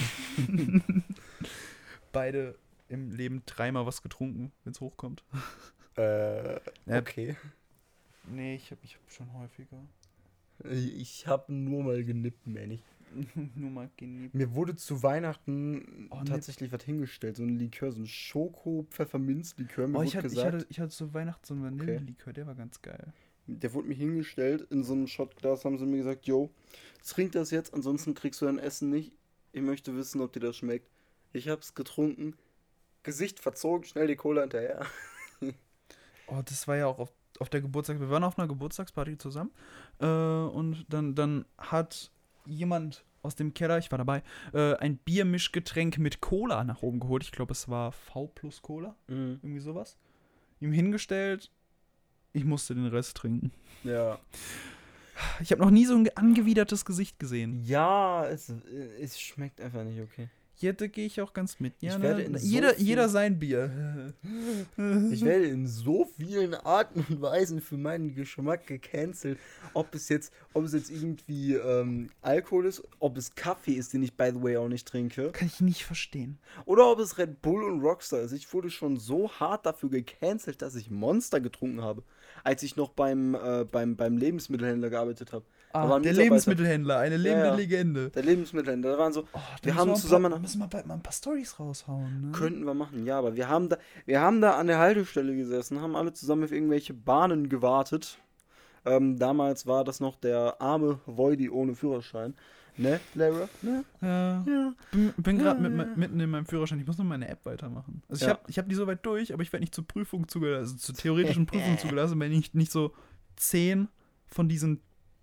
Beide im Leben dreimal was getrunken, wenn es hochkommt. äh, Ja. okay. Nee, ich hab, ich hab schon häufiger. Ich habe nur mal genippt, man. Ich, Nur mal geniebt. mir wurde zu Weihnachten Oh, tatsächlich was hingestellt. So ein Likör, so ein Schoko-Pfefferminz-Likör. Mir Oh, wurde ich hatte, ich, gesagt, hatte, ich hatte zu Weihnachten so einen Vanillelikör, der war ganz geil. der wurde mir hingestellt. In so einem Shotglas haben sie mir gesagt, yo, trink das jetzt, ansonsten kriegst du dein Essen nicht. Ich möchte wissen, ob dir das schmeckt. Ich hab's getrunken. Gesicht verzogen, schnell die Cola hinterher. Oh, das war ja auch auf, auf der Geburtstag. Wir waren auf einer Geburtstagsparty zusammen. Äh, und dann, dann hat jemand aus dem Keller, ich war dabei, äh, ein Biermischgetränk mit Cola nach oben geholt. Ich glaube, es war V plus Cola. Mhm. Irgendwie sowas. Ihm hingestellt. Ich musste den Rest trinken. Ja. Ich habe noch nie so ein angewidertes Gesicht gesehen. Ja, es, es schmeckt einfach nicht okay. Hier gehe ich auch ganz mit. Ja, Ich ne? werde in so jeder, viel- jeder sein Bier. Ich werde in so vielen Arten und Weisen für meinen Geschmack gecancelt. Ob es jetzt, ob es jetzt irgendwie ähm, Alkohol ist, ob es Kaffee ist, den ich by the way auch nicht trinke, Kann ich nicht verstehen. oder ob es Red Bull und Rockstar ist. Ich wurde schon so hart dafür gecancelt, dass ich Monster getrunken habe, als ich noch beim, äh, beim, beim Lebensmittelhändler gearbeitet habe. Da Ah, waren der Mitarbeiter- Lebensmittelhändler, eine lebende Ja, ja. Legende. Der Lebensmittelhändler, da waren so, Oh, da wir müssen haben ein paar- zusammen noch- müssen wir bald mal ein paar Storys raushauen, ne? könnten wir machen, ja, aber wir haben da, wir haben da an der Haltestelle gesessen, haben alle zusammen auf irgendwelche Bahnen gewartet. Ähm, damals war das noch der arme Voidy ohne Führerschein. Ne, Lara? Ne? Ja. Ja. Bin, bin gerade Ja, mit, ja. mit, mitten in meinem Führerschein. Ich muss noch meine App weitermachen. Also ich Ja. habe ich hab die soweit durch, aber ich werde nicht zur Prüfung zugelassen, also zur theoretischen Prüfung zugelassen, wenn ich nicht so zehn von diesen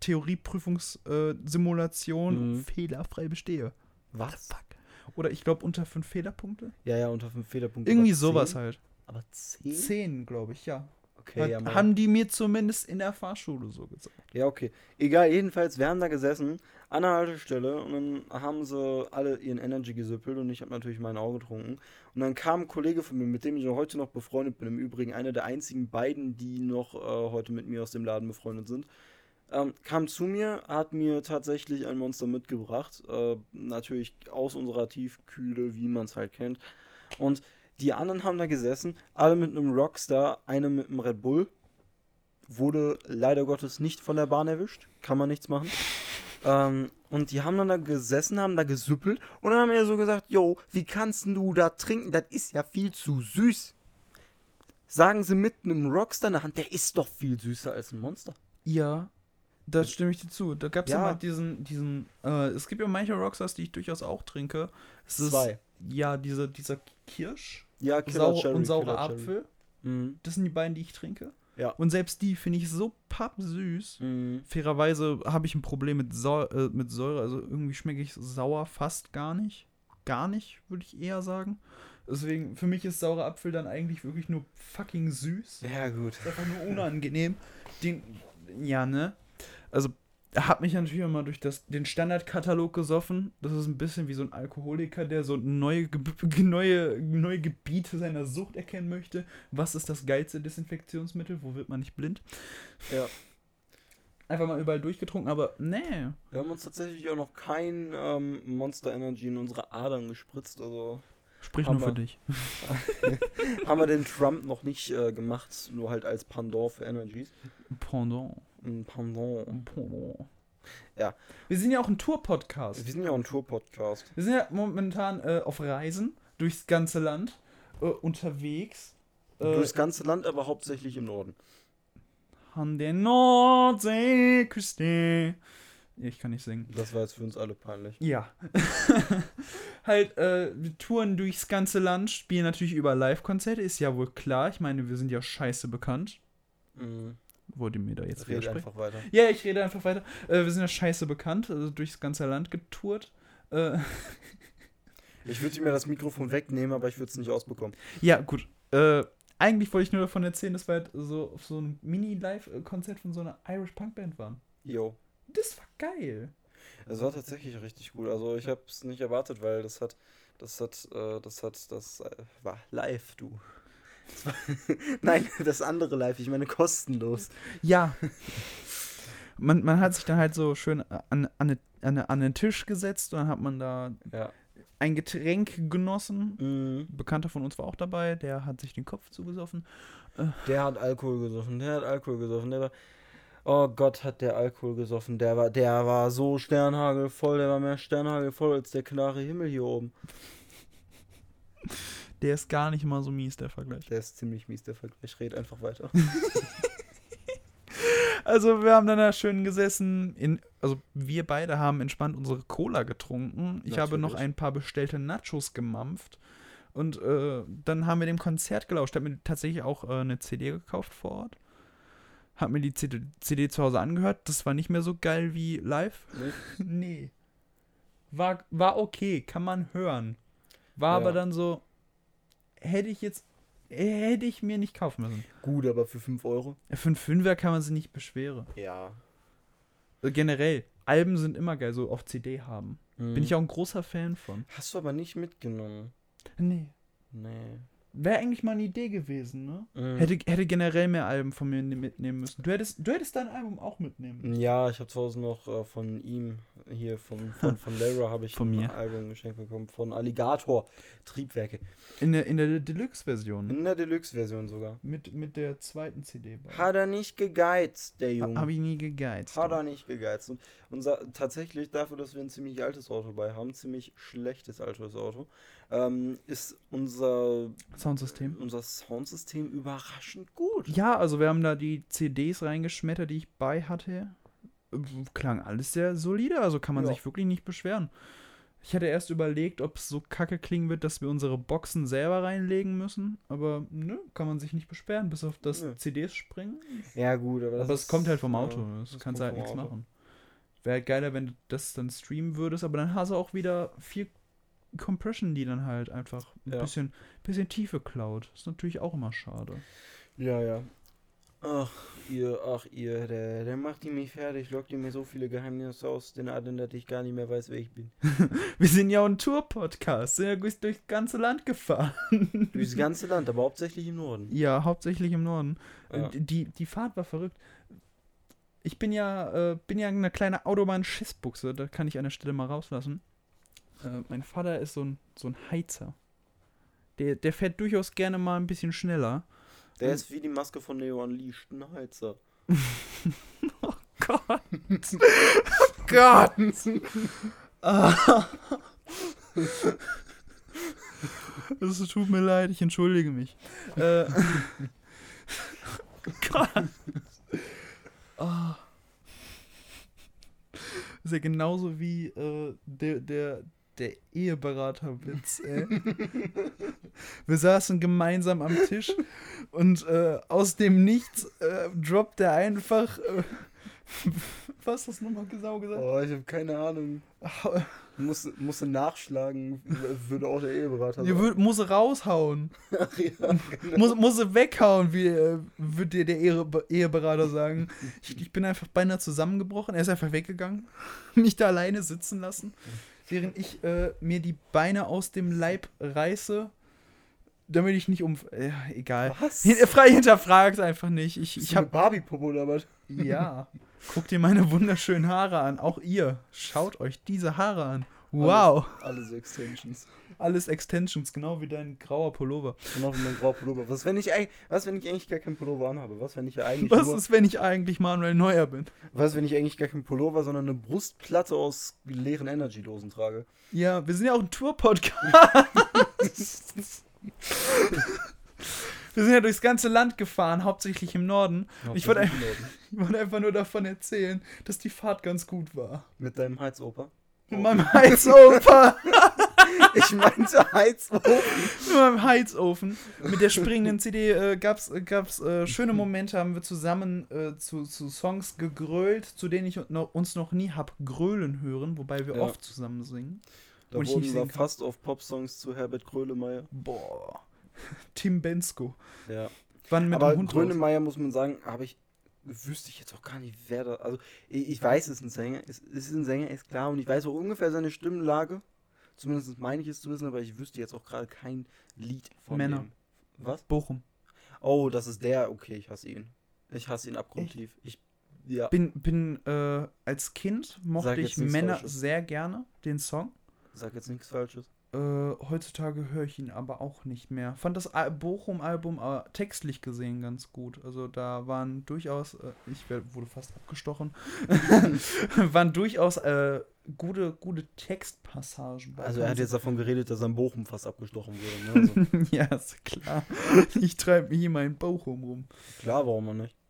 Theorieprüfungssimulationen Mhm. fehlerfrei bestehe. Was? Fuck. Oder ich glaube unter fünf Fehlerpunkte. Ja, ja, unter fünf Fehlerpunkte. Irgendwie aber sowas zehn? halt. Aber zehn? Zehn, glaube ich, ja. Okay, Hat, ja, mal. haben die mir zumindest in der Fahrschule so gesagt. Ja, okay. Egal, jedenfalls, wir haben da gesessen, an der Haltestelle, und dann haben sie alle ihren Energy gesüppelt und ich habe natürlich meinen Auge getrunken. Und dann kam ein Kollege von mir, mit dem ich auch heute noch befreundet bin, im Übrigen einer der einzigen beiden, die noch äh, heute mit mir aus dem Laden befreundet sind, ähm, kam zu mir, hat mir tatsächlich ein Monster mitgebracht, äh, natürlich aus unserer Tiefkühle, wie man es halt kennt. Und die anderen haben da gesessen, alle mit einem Rockstar, einer mit einem Red Bull. Wurde leider Gottes nicht von der Bahn erwischt. Kann man nichts machen. ähm, und die haben dann da gesessen, haben da gesüppelt und dann haben mir so gesagt, yo, wie kannst du da trinken? Das ist ja viel zu süß. Sagen sie mit einem Rockstar in der Hand, der ist doch viel süßer als ein Monster. Ja, da stimme ich dir zu. Da gab es Ja. ja mal diesen, diesen, äh, es gibt ja manche Rockstars, die ich durchaus auch trinke. Es ist, Zwei. Ja, diese, dieser Kirsch Ja, Killer Sau Cherry, und saure Killer Cherry. Apfel. Mhm. Das sind die beiden, die ich trinke. Ja. Und selbst die finde ich so pappsüß. Mhm. Fairerweise habe ich ein Problem mit, Sau äh, mit Säure. Also irgendwie schmecke ich sauer fast gar nicht. Gar nicht, würde ich eher sagen. Deswegen, für mich ist saurer Apfel dann eigentlich wirklich nur fucking süß. Ja, gut. Ist einfach nur unangenehm. Den, ja, ne? Also, er hat mich natürlich auch mal durch das, den Standardkatalog gesoffen. Das ist ein bisschen wie so ein Alkoholiker, der so neue, Ge- neue, neue Gebiete seiner Sucht erkennen möchte. Was ist das geilste Desinfektionsmittel? Wo wird man nicht blind? Ja. Einfach mal überall durchgetrunken, aber nee. Wir haben uns tatsächlich auch noch kein ähm, Monster Energy in unsere Adern gespritzt, also Sprich Hammer. nur für dich. haben wir den Trump noch nicht äh, gemacht, nur halt als Pendant für Energies. Pendant. Ein Pendant. Pendant. Ja. Wir sind ja auch ein Tour-Podcast. Wir sind ja auch ein Tour-Podcast. Wir sind ja momentan äh, auf Reisen durchs ganze Land äh, unterwegs. Äh, Durchs ganze Land, aber hauptsächlich im Norden. An der Nordseeküste. Ich kann nicht singen. Das war jetzt für uns alle peinlich. Ja. halt, äh, wir touren durchs ganze Land, spielen natürlich über Live-Konzerte, ist ja wohl klar. Ich meine, wir sind ja scheiße bekannt. Mhm. Wollt ihr mir da jetzt Red widersprechen? einfach weiter. Ja, ich rede einfach weiter. Äh, wir sind ja scheiße bekannt, also durchs ganze Land getourt. Äh, Ich würde mir das Mikrofon wegnehmen, aber ich würde es nicht ausbekommen. ja, gut. Äh, eigentlich wollte ich nur davon erzählen, dass wir halt so auf so einem Mini-Live-Konzert von so einer Irish-Punk-Band waren. Jo. Das war geil. Es war tatsächlich richtig gut. Also ich habe es nicht erwartet, weil das hat, das hat, äh, das hat, das äh, war live, du. Das war Nein, das andere live, ich meine kostenlos. Ja. man, man hat sich dann halt so schön an, an, eine, an, eine, an den Tisch gesetzt und dann hat man da Ja. ein Getränk genossen. Mhm. Ein Bekannter von uns war auch dabei, der hat sich den Kopf zugesoffen. Der hat Alkohol gesoffen, der hat Alkohol gesoffen, der war. Oh Gott, hat der Alkohol gesoffen. Der war, der war so sternhagelvoll, der war mehr sternhagelvoll als der klare Himmel hier oben. Der ist gar nicht mal so mies, der Vergleich. Der ist ziemlich mies, der Vergleich. Red einfach weiter. Also wir haben dann da schön gesessen, in, also wir beide haben entspannt unsere Cola getrunken. Ich habe noch Natürlich. ein paar bestellte Nachos gemampft. Und äh, dann haben wir dem Konzert gelauscht. Ich habe mir tatsächlich auch äh, eine C D gekauft vor Ort. Hab mir die C D, C D zu Hause angehört. Das war nicht mehr so geil wie live. Nee? Nee. War, war okay, kann man hören. War Ja. aber dann so, hätte ich jetzt, hätte ich mir nicht kaufen müssen. Gut, aber für fünf Euro? Für einen Fünfer kann man sich nicht beschweren. Ja. Äh, Generell, Alben sind immer geil, so auf C D haben. Mhm. Bin ich auch ein großer Fan von. Hast du aber nicht mitgenommen. Nee. Nee. Wäre eigentlich mal eine Idee gewesen, ne? Mhm. Hätte, hätte generell mehr Alben von mir ne- mitnehmen müssen. Du hättest, du hättest dein Album auch mitnehmen müssen. Ja, ich habe zu Hause noch äh, von ihm, hier von, von, von Lara habe ich Von ein mir. Album geschenkt bekommen, von Alligator Triebwerke. In der, in der Deluxe-Version. In der Deluxe-Version sogar. Mit, mit der zweiten C D. bei. Hat er nicht gegeizt, der Ha- Junge. Hab ich nie gegeizt. Hat er nicht gegeizt. Und unser, tatsächlich, dafür, dass wir ein ziemlich altes Auto bei haben, ziemlich schlechtes altes Auto, ähm, ist unser, Soundsystem. unser Soundsystem überraschend gut. Ja, also wir haben da die C Ds reingeschmettert, die ich bei hatte. Äh, Klang alles sehr solide, also kann man Ja. sich wirklich nicht beschweren. Ich hatte erst überlegt, ob es so kacke klingen wird, dass wir unsere Boxen selber reinlegen müssen. Aber nö, kann man sich nicht beschweren, bis auf das Nö. C Ds springen. Ja, gut, aber das Aber es ist- kommt halt vom ja, Auto. Das, das kannst kommt du halt vom nichts Auto. machen. Wäre halt geiler, wenn du das dann streamen würdest, aber dann hast du auch wieder viel Compression, die dann halt einfach ein Ja. bisschen, bisschen Tiefe klaut. Ist natürlich auch immer schade. Ja, ja. Ach, ihr, ach, ihr, der, der macht die mich fertig, lockt die mir so viele Geheimnisse aus den Adern, dass ich gar nicht mehr weiß, wer ich bin. Wir sind ja auch ein Tour-Podcast, sind ja durch, durchs ganze Land gefahren. Durchs ganze Land, aber hauptsächlich im Norden. Ja, hauptsächlich im Norden. Ja. Und Die, die Fahrt war verrückt. Ich bin ja, äh, bin ja eine kleine Autobahn-Schissbuchse, da kann ich an der Stelle mal rauslassen. Äh, mein Vater ist so ein, so ein Heizer. Der, der fährt durchaus gerne mal ein bisschen schneller. Der ist wie die Maske von Neo Unleashed, ein Heizer. Oh Gott. Oh Gott. Ah. Es tut mir leid, ich entschuldige mich. Äh, Gott. Ah. Das ist ja genauso wie äh, der, der, der Eheberaterwitz, ey. Wir saßen gemeinsam am Tisch und äh, aus dem Nichts äh, droppt er einfach. Äh, was hast du nochmal genau gesagt? Oh, ich habe keine Ahnung. Muss, musste nachschlagen, würde auch der Eheberater Ihr würd, muss raushauen. Ach ja, genau. Muss, muss sie weghauen, wie äh, würde dir der Ehe, Eheberater sagen. Ich, ich bin einfach beinahe zusammengebrochen. Er ist einfach weggegangen. Mich da alleine sitzen lassen. Während ich äh, mir die Beine aus dem Leib reiße, damit ich nicht um... Äh, egal. Was? Hin, frei hinterfragt einfach nicht. Ich, Bist ich du eine hab... Barbie-Popo oder was? Ja. Guckt dir meine wunderschönen Haare an. Auch ihr. Schaut euch diese Haare an. Wow. Alles, alles Extensions. Alles Extensions, genau wie dein grauer Pullover. Genau wie mein grauer Pullover. Was, wenn ich, eig- was, wenn ich eigentlich gar keinen Pullover anhabe? Was, wenn ich ja eigentlich Was nur, ist, wenn ich eigentlich Manuel Neuer bin? was, wenn ich eigentlich gar keinen Pullover, sondern eine Brustplatte aus leeren Energy-Dosen trage? Ja, wir sind ja auch ein Tour-Podcast. Wir sind ja durchs ganze Land gefahren, hauptsächlich im Norden. Ich wollte einfach, ich wollte einfach nur davon erzählen, dass die Fahrt ganz gut war. Mit deinem Heizoper? Mit meinem Heizoper. Ich meinte Heizofen. Mit meinem Heizofen. Mit der springenden C D äh, gab's, äh, gab's äh, schöne Momente, haben wir zusammen äh, zu, zu Songs gegrölt, zu denen ich noch, uns noch nie hab grölen hören, wobei wir Ja. oft zusammen singen. Da Und ich wurden nicht wir singen kann. fast auf Popsongs zu Herbert Grönemeyer. Boah. Tim Bensko. Ja. Wann mit Aber dem Hund raus? Grönemeyer, muss man sagen, habe ich, wüsste ich jetzt auch gar nicht, wer da, also ich, ich weiß, es ist ein Sänger, es ist ein Sänger, ist klar, und ich weiß auch ungefähr seine Stimmenlage, zumindest meine ich es zu wissen, aber ich wüsste jetzt auch gerade kein Lied von Männer. dem. Was? Bochum. Oh, das ist der, okay, ich hasse ihn. Ich hasse ihn abgrundtief. Ich, ja. Bin, bin äh, als Kind mochte Sag ich jetzt nichts Männer Falsches. sehr gerne, den Song. Sag jetzt nichts Falsches. Äh, heutzutage höre ich ihn aber auch nicht mehr. Fand das Al- Bochum-Album äh, textlich gesehen ganz gut. Also da waren durchaus, äh, ich werd, wurde fast abgestochen, waren durchaus äh, gute, gute Textpassagen. bei. Also er Kann hat man jetzt so davon geredet, dass er in Bochum fast abgestochen wurde. Ne? Also, ja, ist klar. Ich treibe mich immer in Bochum rum. klar, warum auch nicht?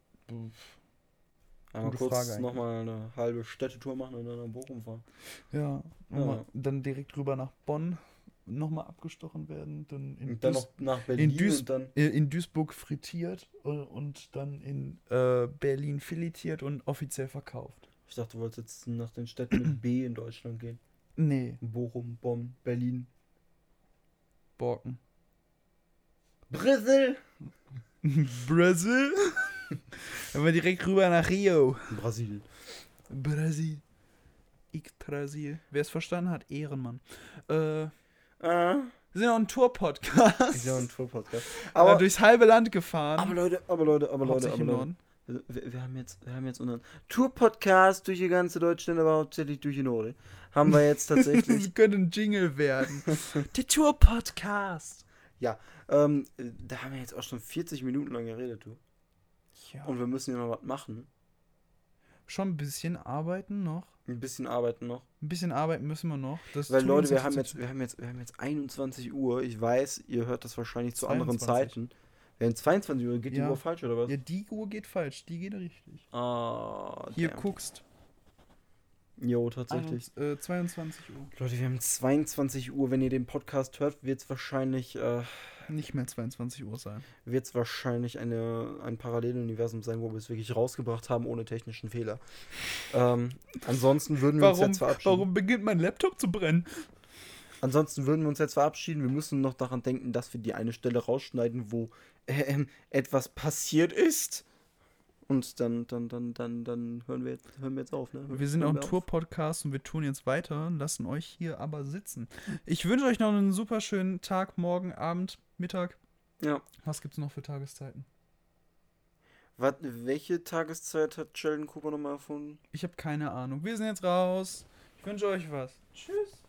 Einmal Gute kurz Frage eigentlich. nochmal eine halbe Städtetour machen und dann nach Bochum fahren. Ja, Ja. nochmal dann direkt rüber nach Bonn nochmal abgestochen werden. Dann in, Und dann Duis noch nach Berlin in, Duis und dann. äh, in Duisburg frittiert äh, und dann in äh, Berlin filetiert und offiziell verkauft. Ich dachte, du wolltest jetzt nach den Städten mit B in Deutschland gehen. Nee, Bochum, Bonn, Berlin. Borken. Brüssel! Brasil? Dann wir direkt rüber nach Rio. Brasil. Brasil. Yggdrasil. Wer es verstanden hat, Ehrenmann. Äh, Ah. wir sind auch ein Tour-Podcast. Ist ja ein Tour-Podcast. Aber Aber, durchs halbe Land gefahren. aber Leute, aber Leute, aber Leute, Hauptsächlich aber im Leute. Norden. Wir, wir, haben jetzt, wir haben jetzt unseren Tour-Podcast durch die ganze Deutschland, aber hauptsächlich durch die Norden. Haben wir jetzt tatsächlich. Wir können ein Jingle werden. Der Tour-Podcast. ähm, da haben wir jetzt auch schon vierzig Minuten lang geredet, du. Ja. Und wir müssen ja noch was machen. Schon ein bisschen arbeiten noch. Ein bisschen arbeiten noch. Ein bisschen arbeiten müssen wir noch. Das Weil tut Leute, uns wir jetzt haben zu- jetzt, wir haben jetzt, wir haben jetzt einundzwanzig Uhr. Ich weiß, ihr hört das wahrscheinlich zu anderen zweiundzwanzig. Zeiten. Wir haben zweiundzwanzig Uhr. Geht die Ja. Uhr falsch oder was? Ja, die Uhr geht falsch. Die geht richtig. Ah, Hier damn. guckst. Jo, tatsächlich. Äh, zweiundzwanzig Uhr. Leute, wir haben zweiundzwanzig Uhr. Wenn ihr den Podcast hört, wird es wahrscheinlich, äh, Nicht mehr zweiundzwanzig Uhr sein. wird's wahrscheinlich eine, ein Paralleluniversum sein, wo wir es wirklich rausgebracht haben, ohne technischen Fehler. Ähm, ansonsten würden wir uns Warum, jetzt verabschieden. warum beginnt mein Laptop zu brennen? Ansonsten würden wir uns jetzt verabschieden. Wir müssen noch daran denken, dass wir die eine Stelle rausschneiden, wo ähm, etwas passiert ist. Und dann, dann, dann, dann, dann hören wir jetzt, hören wir jetzt auf. Ne? Wir sind auch Hören ein wir auf. Tour-Podcast und wir tun jetzt weiter, lassen euch hier aber sitzen. Ich wünsche euch noch einen super schönen Tag, morgen, Abend, Mittag. Ja. Was gibt's noch für Tageszeiten? Was, welche Tageszeit hat Sheldon Cooper nochmal erfunden? Ich habe keine Ahnung. Wir sind jetzt raus. Ich wünsche euch was. Tschüss.